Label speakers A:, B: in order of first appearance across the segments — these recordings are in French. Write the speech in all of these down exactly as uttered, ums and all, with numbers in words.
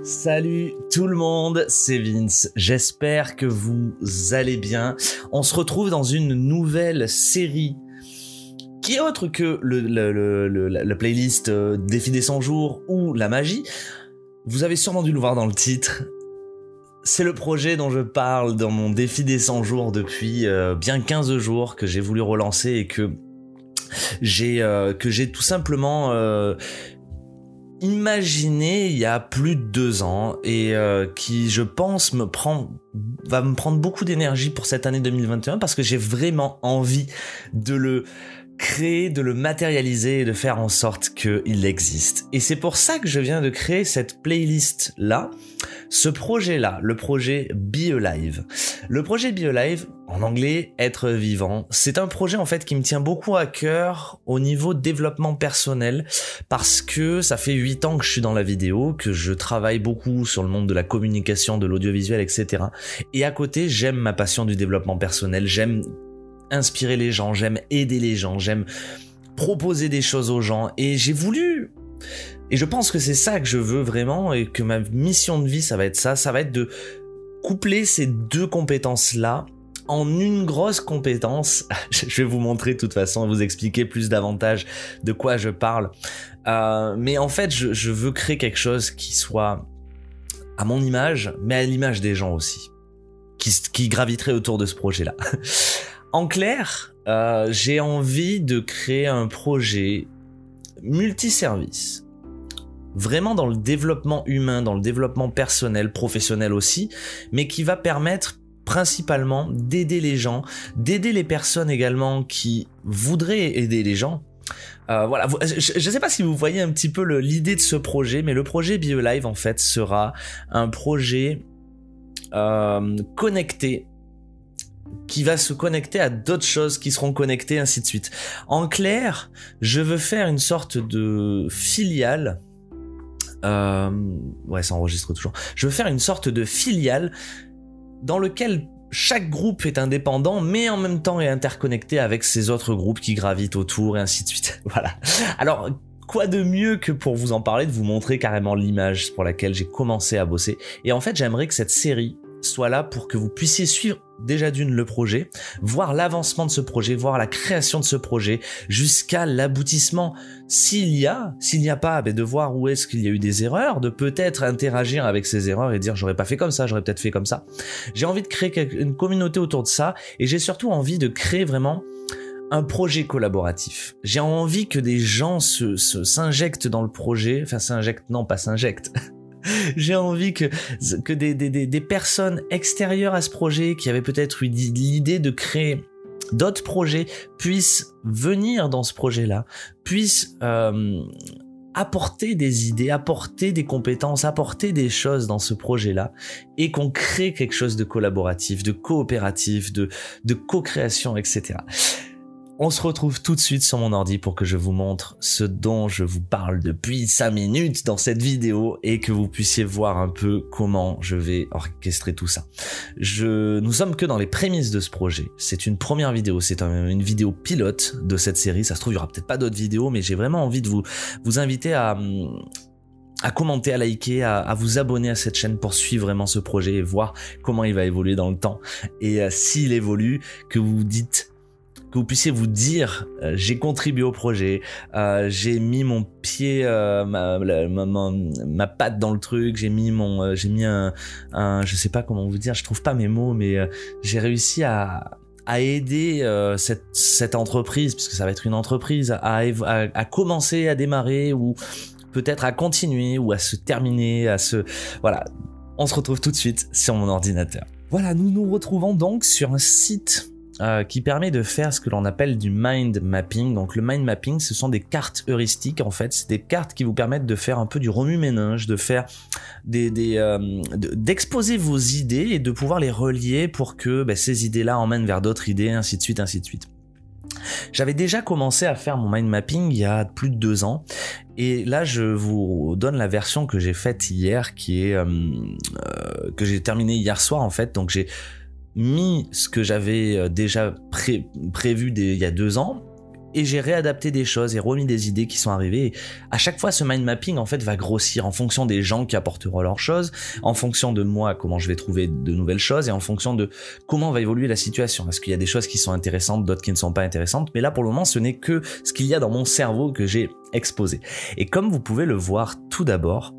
A: Salut tout le monde, c'est Vince, j'espère que vous allez bien. On se retrouve dans une nouvelle série qui est autre que le, le, le, le, la playlist euh, Défi des cent jours ou la magie. Vous avez sûrement dû le voir dans le titre. C'est le projet dont je parle dans mon défi des cent jours depuis euh, bien quinze jours que j'ai voulu relancer et que j'ai, euh, que j'ai tout simplement... Euh, imaginé il y a plus de deux ans et euh, qui je pense me prend va me prendre beaucoup d'énergie pour cette année deux mille vingt et un parce que j'ai vraiment envie de le créer, de le matérialiser et de faire en sorte qu'il existe. Et c'est pour ça que je viens de créer cette playlist là, ce projet là, le projet Be Alive. Le projet Be Alive, en anglais, être vivant, c'est un projet en fait qui me tient beaucoup à cœur au niveau développement personnel parce que ça fait huit ans que je suis dans la vidéo, que je travaille beaucoup sur le monde de la communication, de l'audiovisuel, et cetera. Et à côté, j'aime ma passion du développement personnel, j'aime inspirer les gens, j'aime aider les gens, j'aime proposer des choses aux gens et j'ai voulu... Et je pense que c'est ça que je veux vraiment et que ma mission de vie, ça va être ça, ça va être de coupler ces deux compétences-là en une grosse compétence. Je vais vous montrer de toute façon, vous expliquer plus davantage de quoi je parle. Euh, mais en fait, je, je veux créer quelque chose qui soit à mon image, mais à l'image des gens aussi, qui, qui graviterait autour de ce projet-là. En clair, euh, j'ai envie de créer un projet multiservice, vraiment dans le développement humain, dans le développement personnel, professionnel aussi, mais qui va permettre principalement d'aider les gens, d'aider les personnes également qui voudraient aider les gens. Euh, voilà, je ne sais pas si vous voyez un petit peu le, l'idée de ce projet, mais le projet Be Alive en fait sera un projet euh, connecté, qui va se connecter à d'autres choses qui seront connectées, ainsi de suite. En clair, je veux faire une sorte de filiale. Euh, ouais, ça enregistre toujours. Je veux faire une sorte de filiale dans lequel chaque groupe est indépendant, mais en même temps est interconnecté avec ces autres groupes qui gravitent autour, et ainsi de suite. Voilà. Alors, quoi de mieux que pour vous en parler, de vous montrer carrément l'image pour laquelle j'ai commencé à bosser. Et en fait, j'aimerais que cette série soit là pour que vous puissiez suivre déjà d'une le projet, voir l'avancement de ce projet, voir la création de ce projet jusqu'à l'aboutissement. S'il y a, s'il n'y a pas, ben de voir où est-ce qu'il y a eu des erreurs, de peut-être interagir avec ces erreurs et dire j'aurais pas fait comme ça, j'aurais peut-être fait comme ça. J'ai envie de créer une communauté autour de ça et j'ai surtout envie de créer vraiment un projet collaboratif. J'ai envie que des gens se, se s'injectent dans le projet, enfin s'injectent, non pas s'injectent. J'ai envie que, que des, des, des personnes extérieures à ce projet, qui avaient peut-être eu l'idée de créer d'autres projets, puissent venir dans ce projet-là, puissent euh, apporter des idées, apporter des compétences, apporter des choses dans ce projet-là, et qu'on crée quelque chose de collaboratif, de coopératif, de, de co-création, et cetera. On se retrouve tout de suite sur mon ordi pour que je vous montre ce dont je vous parle depuis cinq minutes dans cette vidéo et que vous puissiez voir un peu comment je vais orchestrer tout ça. Je, nous sommes que dans les prémices de ce projet. C'est une première vidéo, c'est un, une vidéo pilote de cette série. Ça se trouve, il y aura peut-être pas d'autres vidéos, mais j'ai vraiment envie de vous, vous inviter à... à commenter, à liker, à, à vous abonner à cette chaîne pour suivre vraiment ce projet et voir comment il va évoluer dans le temps. Et euh, s'il évolue, que vous vous dites... que vous puissiez vous dire euh, j'ai contribué au projet, euh, j'ai mis mon pied, euh, ma, ma, ma, ma patte dans le truc, j'ai mis mon, euh, j'ai mis un, un, je sais pas comment vous dire, je trouve pas mes mots, mais euh, j'ai réussi à à aider euh, cette cette entreprise, puisque ça va être une entreprise, à, à, à commencer, à démarrer ou peut-être à continuer ou à se terminer, à se, voilà. On se retrouve tout de suite sur mon ordinateur. Voilà, nous nous retrouvons donc sur un site Euh, qui permet de faire ce que l'on appelle du mind mapping. Donc le mind mapping, ce sont des cartes heuristiques en fait, c'est des cartes qui vous permettent de faire un peu du remue-ménage, de faire des, des euh, de, d'exposer vos idées et de pouvoir les relier pour que ben, ces idées-là emmènent vers d'autres idées, ainsi de suite, ainsi de suite. J'avais déjà commencé à faire mon mind mapping il y a plus de deux ans et là je vous donne la version que j'ai faite hier, qui est euh, euh, que j'ai terminée hier soir en fait. Donc j'ai mis ce que j'avais déjà pré- prévu des, il y a deux ans et j'ai réadapté des choses et remis des idées qui sont arrivées. Et à chaque fois, ce mind mapping en fait va grossir en fonction des gens qui apporteront leurs choses, en fonction de moi, comment je vais trouver de nouvelles choses et en fonction de comment va évoluer la situation. Est-ce qu'il y a des choses qui sont intéressantes, d'autres qui ne sont pas intéressantes? Mais là, pour le moment, ce n'est que ce qu'il y a dans mon cerveau que j'ai exposé. Et comme vous pouvez le voir, tout d'abord,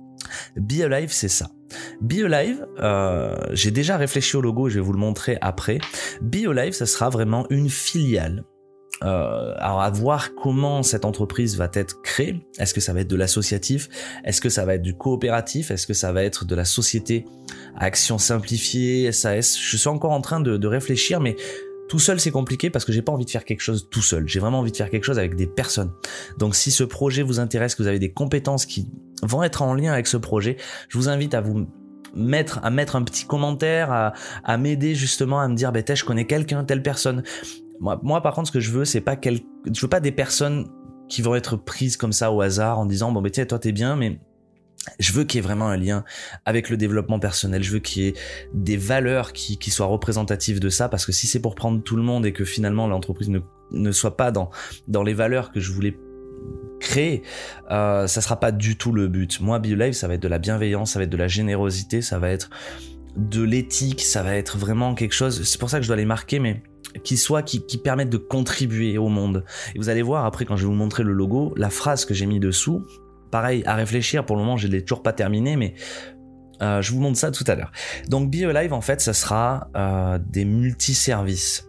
A: Be Alive, c'est ça. Be Alive, euh, j'ai déjà réfléchi au logo, je vais vous le montrer après. Be Alive, ça sera vraiment une filiale. Euh, alors à voir comment cette entreprise va être créée. Est-ce que ça va être de l'associatif? Est-ce que ça va être du coopératif? Est-ce que ça va être de la société à action simplifiée, S A S? Je suis encore en train de, de réfléchir, mais tout seul c'est compliqué parce que j'ai pas envie de faire quelque chose tout seul. J'ai vraiment envie de faire quelque chose avec des personnes. Donc si ce projet vous intéresse, que vous avez des compétences qui vont être en lien avec ce projet, je vous invite à vous mettre à mettre un petit commentaire, à, à m'aider justement à me dire, ben je connais quelqu'un, telle personne. Moi, moi, par contre, ce que je veux, c'est pas quel... je veux pas des personnes qui vont être prises comme ça au hasard en disant bon, ben tiens, toi t'es bien, mais je veux qu'il y ait vraiment un lien avec le développement personnel. Je veux qu'il y ait des valeurs qui, qui soient représentatives de ça, parce que si c'est pour prendre tout le monde et que finalement l'entreprise ne, ne soit pas dans, dans les valeurs que je voulais créer, euh, ça sera pas du tout le but. Moi, Be Alive, ça va être de la bienveillance, ça va être de la générosité, ça va être de l'éthique, ça va être vraiment quelque chose. C'est pour ça que je dois les marquer, mais qui soit qui, qui permettent de contribuer au monde. Et vous allez voir après quand je vais vous montrer le logo, la phrase que j'ai mis dessous, pareil à réfléchir. Pour le moment, je l'ai toujours pas terminé, mais euh, je vous montre ça tout à l'heure. Donc Be Alive, en fait, ça sera euh, des multiservices.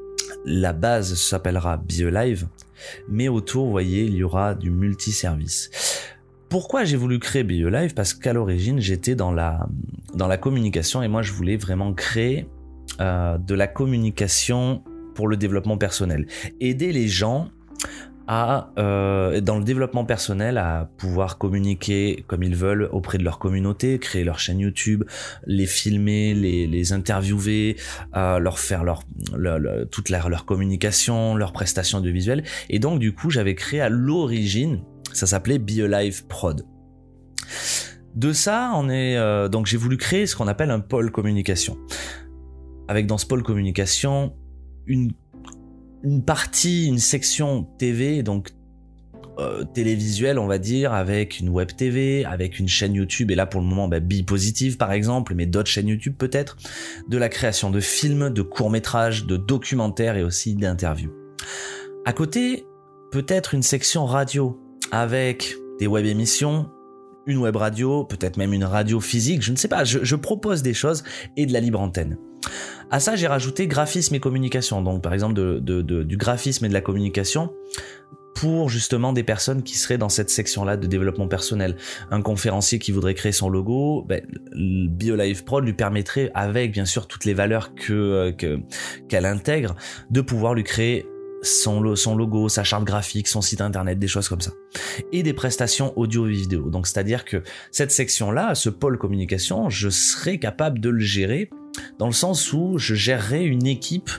A: La base s'appellera Be Alive, mais autour, vous voyez, il y aura du multiservice. Pourquoi j'ai voulu créer Be Alive? Parce qu'à l'origine, j'étais dans la dans la communication et moi, je voulais vraiment créer euh, de la communication pour le développement personnel. Aider les gens à, euh, dans le développement personnel, à pouvoir communiquer comme ils veulent auprès de leur communauté, créer leur chaîne YouTube, les filmer, les, les interviewer, euh, leur faire leur, leur, leur toute leur, leur communication, leurs prestations audiovisuelles. Et donc, du coup, j'avais créé à l'origine, ça s'appelait Be Alive Prod. De ça, on est euh, donc j'ai voulu créer ce qu'on appelle un pôle communication. Avec dans ce pôle communication une une partie, une section T V, donc euh, télévisuelle, on va dire, avec une web T V, avec une chaîne YouTube, et là pour le moment, bah, Be Positive par exemple, mais d'autres chaînes YouTube peut-être, de la création de films, de courts-métrages, de documentaires et aussi d'interviews. À côté, peut-être une section radio, avec des web émissions, une web radio, peut-être même une radio physique, je ne sais pas, je, je propose des choses et de la libre antenne. À ça, j'ai rajouté graphisme et communication, donc par exemple de, de, de, du graphisme et de la communication pour justement des personnes qui seraient dans cette section-là de développement personnel. Un conférencier qui voudrait créer son logo, ben, Be Alive Prod lui permettrait, avec bien sûr toutes les valeurs que, que, qu'elle intègre, de pouvoir lui créer son, son logo, sa charte graphique, son site internet, des choses comme ça. Et des prestations audio et vidéo. Donc c'est-à-dire que cette section-là, ce pôle communication, je serais capable de le gérer dans le sens où je gérerais une équipe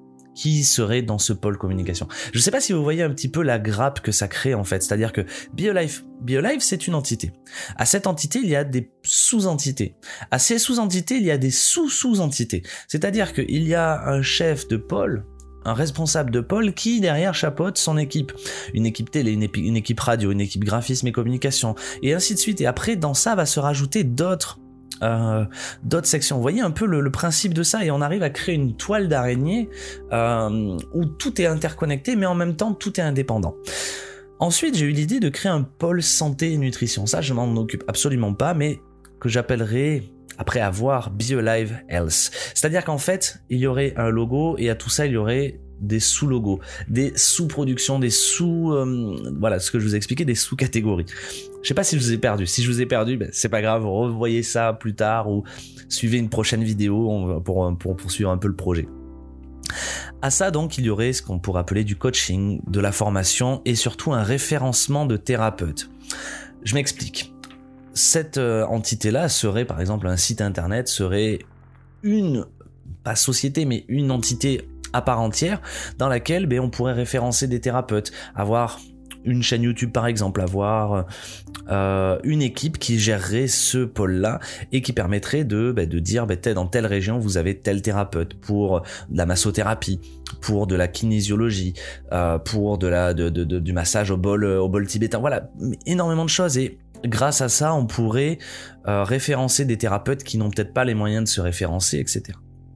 A: qui serait dans ce pôle communication. Je ne sais pas si vous voyez un petit peu la grappe que ça crée en fait, c'est-à-dire que Be Alive, Be Alive, c'est une entité. À cette entité, il y a des sous-entités. À ces sous-entités, il y a des sous-sous-entités. C'est-à-dire qu'il y a un chef de pôle, un responsable de pôle qui derrière chapeaute son équipe. Une équipe télé, une, épi- une équipe radio, une équipe graphisme et communication, et ainsi de suite. Et après, dans ça, va se rajouter d'autres Euh, d'autres sections. Vous voyez un peu le, le principe de ça, et on arrive à créer une toile d'araignée euh, où tout est interconnecté, mais en même temps tout est indépendant. Ensuite, j'ai eu l'idée de créer un pôle santé et nutrition. Ça, je m'en occupe absolument pas, mais que j'appellerai, après avoir, Be Alive Health. C'est-à-dire qu'en fait, il y aurait un logo, et à tout ça, il y aurait des sous-logos, des sous-productions, des sous... Euh, voilà, ce que je vous ai expliqué, des sous-catégories. Je sais pas si je vous ai perdu. Si je vous ai perdu, ben, c'est pas grave, revoyez ça plus tard ou suivez une prochaine vidéo pour, pour poursuivre un peu le projet. À ça, donc, il y aurait ce qu'on pourrait appeler du coaching, de la formation et surtout un référencement de thérapeutes. Je m'explique. Cette euh, entité-là serait, par exemple, un site internet, serait une, pas société, mais une entité à part entière dans laquelle ben, on pourrait référencer des thérapeutes, avoir une chaîne YouTube par exemple, avoir euh, une équipe qui gérerait ce pôle-là et qui permettrait de, bah, de dire bah, dans telle région vous avez tel thérapeute pour de la massothérapie, pour de la kinésiologie, euh, pour de la, de, de, de, du massage au bol, au bol tibétain, voilà, énormément de choses. Et grâce à ça, on pourrait euh, référencer des thérapeutes qui n'ont peut-être pas les moyens de se référencer, et cetera.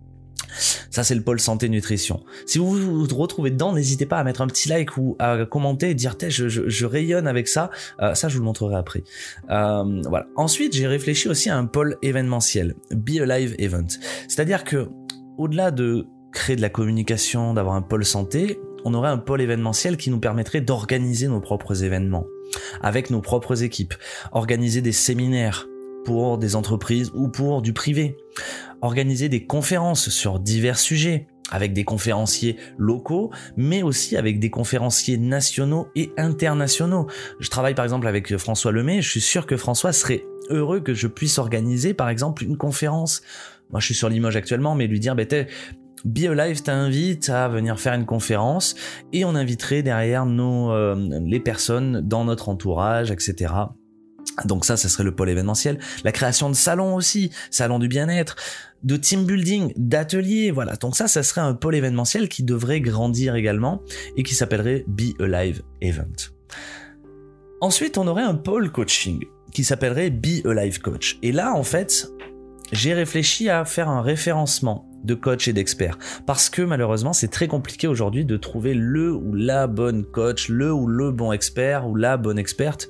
A: Ça, c'est le pôle santé-nutrition. Si vous vous retrouvez dedans, n'hésitez pas à mettre un petit like ou à commenter et dire « je, je, je rayonne avec ça euh, ». Ça, je vous le montrerai après. Euh, voilà. Ensuite, j'ai réfléchi aussi à un pôle événementiel, Be Alive Event. C'est-à-dire que, au-delà de créer de la communication, d'avoir un pôle santé, on aurait un pôle événementiel qui nous permettrait d'organiser nos propres événements avec nos propres équipes, organiser des séminaires pour des entreprises ou pour du privé, organiser des conférences sur divers sujets avec des conférenciers locaux, mais aussi avec des conférenciers nationaux et internationaux. Je travaille par exemple avec François Lemay, je suis sûr que François serait heureux que je puisse organiser par exemple une conférence. Moi je suis sur Limoges actuellement, mais lui dire bah, t'es Be Alive t'invite à venir faire une conférence et on inviterait derrière nos, euh, les personnes dans notre entourage, et cetera. Donc ça, ça serait le pôle événementiel. La création de salons aussi, salons du bien-être, de team building, d'ateliers, voilà. Donc ça, ça serait un pôle événementiel qui devrait grandir également et qui s'appellerait Be Alive Event. Ensuite, on aurait un pôle coaching qui s'appellerait Be Alive Coach. Et là, en fait, j'ai réfléchi à faire un référencement de coach et d'experts parce que malheureusement c'est très compliqué aujourd'hui de trouver le ou la bonne coach, le ou le bon expert ou la bonne experte.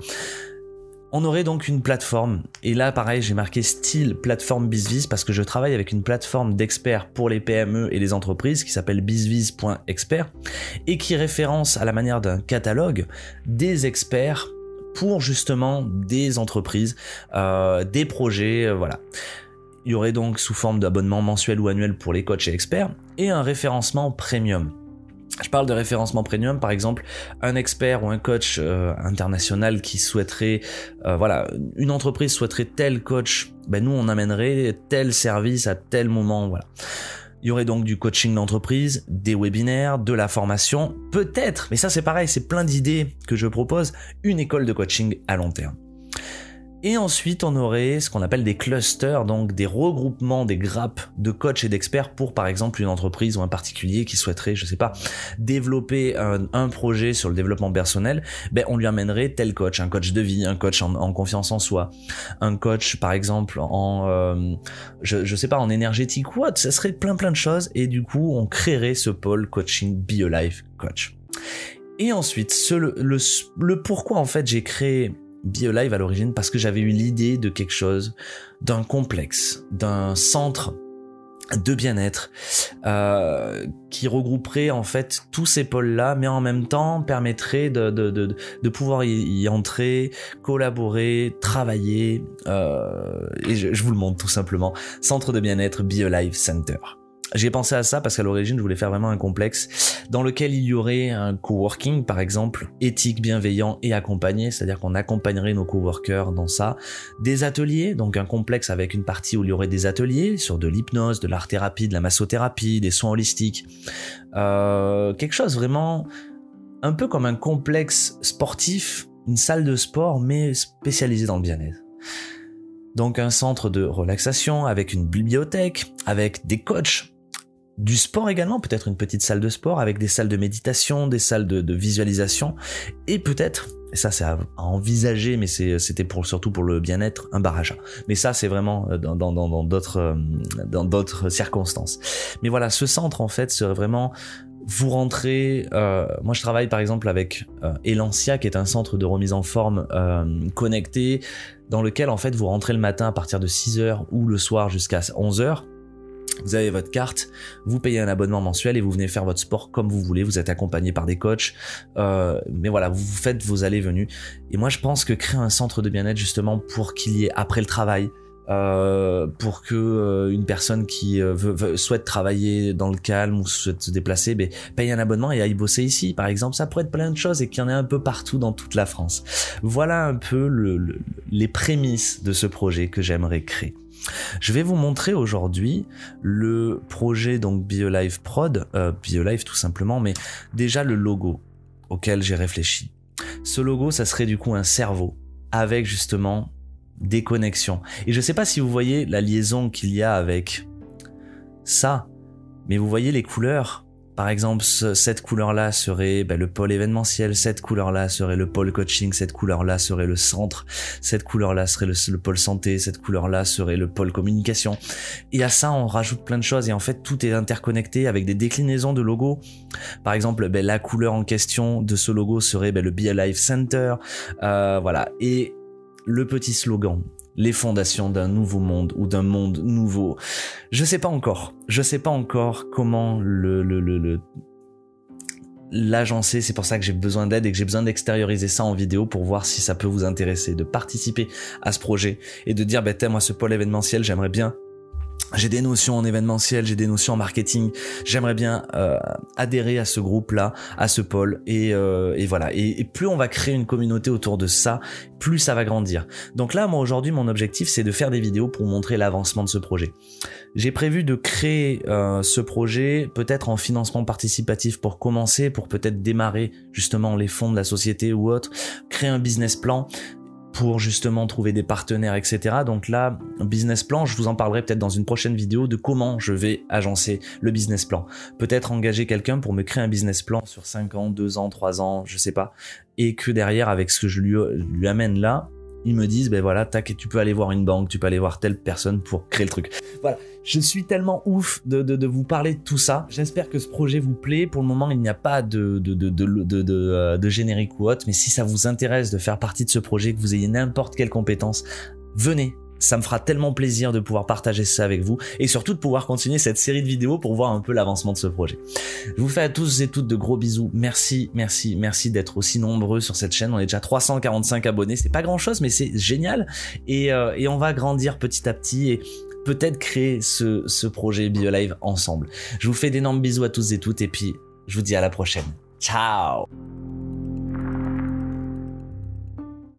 A: On aurait donc une plateforme et là pareil j'ai marqué style plateforme BizViz parce que je travaille avec une plateforme d'experts pour les P M E et les entreprises qui s'appelle bizviz point expert et qui référence à la manière d'un catalogue des experts pour justement des entreprises, euh, des projets, euh, voilà. Il y aurait donc sous forme d'abonnement mensuel ou annuel pour les coachs et experts et un référencement premium. Je parle de référencement premium, par exemple, un expert ou un coach euh, international qui souhaiterait, euh, voilà, une entreprise souhaiterait tel coach, ben nous on amènerait tel service à tel moment, voilà. Il y aurait donc du coaching d'entreprise, des webinaires, de la formation, peut-être, mais ça c'est pareil, c'est plein d'idées que je propose, une école de coaching à long terme. Et ensuite, on aurait ce qu'on appelle des clusters, donc des regroupements, des grappes de coachs et d'experts pour, par exemple, une entreprise ou un particulier qui souhaiterait, je sais pas, développer un, un projet sur le développement personnel. Ben, on lui amènerait tel coach, un coach de vie, un coach en, en confiance en soi, un coach, par exemple, en, euh, je, je sais pas, en énergétique ou autre. Ça serait plein plein de choses. Et du coup, on créerait ce pôle coaching Be Alive Coach. Et ensuite, ce, le, le, le pourquoi, en fait, j'ai créé Be Alive à l'origine parce que j'avais eu l'idée de quelque chose, d'un complexe, d'un centre de bien-être euh, qui regrouperait en fait tous ces pôles-là, mais en même temps permettrait de, de, de, de pouvoir y, y entrer, collaborer, travailler, euh, et je, je vous le montre tout simplement. Centre de bien-être Be Alive Center. J'ai pensé à ça parce qu'à l'origine, je voulais faire vraiment un complexe dans lequel il y aurait un coworking, par exemple, éthique, bienveillant et accompagné, c'est-à-dire qu'on accompagnerait nos coworkers dans ça. Des ateliers, donc un complexe avec une partie où il y aurait des ateliers sur de l'hypnose, de l'art-thérapie, de la massothérapie, des soins holistiques. Euh, quelque chose vraiment un peu comme un complexe sportif, une salle de sport, mais spécialisée dans le bien-être. Donc un centre de relaxation avec une bibliothèque, avec des coachs, du sport également, peut-être une petite salle de sport avec des salles de méditation, des salles de, de visualisation et peut-être, et ça c'est à, à envisager mais c'est, c'était pour, surtout pour le bien-être, un bar à chat. Mais ça c'est vraiment dans, dans, dans, dans, d'autres, dans d'autres circonstances. Mais voilà, ce centre en fait serait vraiment... Vous rentrez, euh, moi je travaille par exemple avec euh, Elancia qui est un centre de remise en forme euh, connecté dans lequel en fait vous rentrez le matin à partir de six heures ou le soir jusqu'à onze heures. Vous avez votre carte, vous payez un abonnement mensuel et vous venez faire votre sport comme vous voulez. Vous êtes accompagné par des coachs, euh, mais voilà, vous faites vos allées-venues. Et moi je pense que créer un centre de bien-être justement pour qu'il y ait après le travail, Euh, pour que euh, une personne qui euh, veut, veut, souhaite travailler dans le calme ou souhaite se déplacer, ben, paye un abonnement et aille bosser ici, par exemple. Ça pourrait être plein de choses et qu'il y en ait un peu partout dans toute la France. Voilà un peu le, le, les prémices de ce projet que j'aimerais créer. Je vais vous montrer aujourd'hui le projet donc Be Alive Prod, euh, Be Alive tout simplement, mais déjà le logo auquel j'ai réfléchi. Ce logo, ça serait du coup un cerveau avec justement des connexions. Et je sais pas si vous voyez la liaison qu'il y a avec ça, mais vous voyez les couleurs. Par exemple, ce, cette couleur-là serait ben, le pôle événementiel, cette couleur-là serait le pôle coaching, cette couleur-là serait le centre, cette couleur-là serait le, le pôle santé, cette couleur-là serait le pôle communication. Et à ça, on rajoute plein de choses et en fait, tout est interconnecté avec des déclinaisons de logos. Par exemple, ben, la couleur en question de ce logo serait ben, le Be Alive Center, euh, voilà. Et le petit slogan, les fondations d'un nouveau monde ou d'un monde nouveau. Je sais pas encore. Je sais pas encore comment le, le, le, le l'agencer. C'est pour ça que j'ai besoin d'aide et que j'ai besoin d'extérioriser ça en vidéo pour voir si ça peut vous intéresser, de participer à ce projet et de dire, ben, t'es moi, ce pôle événementiel, j'aimerais bien. J'ai des notions en événementiel, j'ai des notions en marketing. J'aimerais bien euh, adhérer à ce groupe-là, à ce pôle. Et, euh, et voilà. Et, et plus on va créer une communauté autour de ça, plus ça va grandir. Donc là, moi aujourd'hui, mon objectif, c'est de faire des vidéos pour montrer l'avancement de ce projet. J'ai prévu de créer euh, ce projet peut-être en financement participatif pour commencer, pour peut-être démarrer justement les fonds de la société ou autre, créer un business plan pour justement trouver des partenaires, et cetera. Donc là, business plan, je vous en parlerai peut-être dans une prochaine vidéo de comment je vais agencer le business plan. Peut-être engager quelqu'un pour me créer un business plan sur cinq ans, deux ans, trois ans, je sais pas. Et que derrière, avec ce que je lui, lui amène là, ils me disent, ben voilà, tac, tu peux aller voir une banque, tu peux aller voir telle personne pour créer le truc. Voilà, je suis tellement ouf de, de, de vous parler de tout ça. J'espère que ce projet vous plaît. Pour le moment, il n'y a pas de, de, de, de, de, de, de générique ou autre, mais si ça vous intéresse de faire partie de ce projet, que vous ayez n'importe quelle compétence, venez. Ça me fera tellement plaisir de pouvoir partager ça avec vous et surtout de pouvoir continuer cette série de vidéos pour voir un peu l'avancement de ce projet. Je vous fais à tous et toutes de gros bisous. Merci, merci, merci d'être aussi nombreux sur cette chaîne. On est déjà trois cent quarante-cinq abonnés. C'est pas grand chose, mais c'est génial. Et, euh, et on va grandir petit à petit et peut-être créer ce, ce projet Be Alive ensemble. Je vous fais d'énormes bisous à tous et toutes et puis je vous dis à la prochaine. Ciao!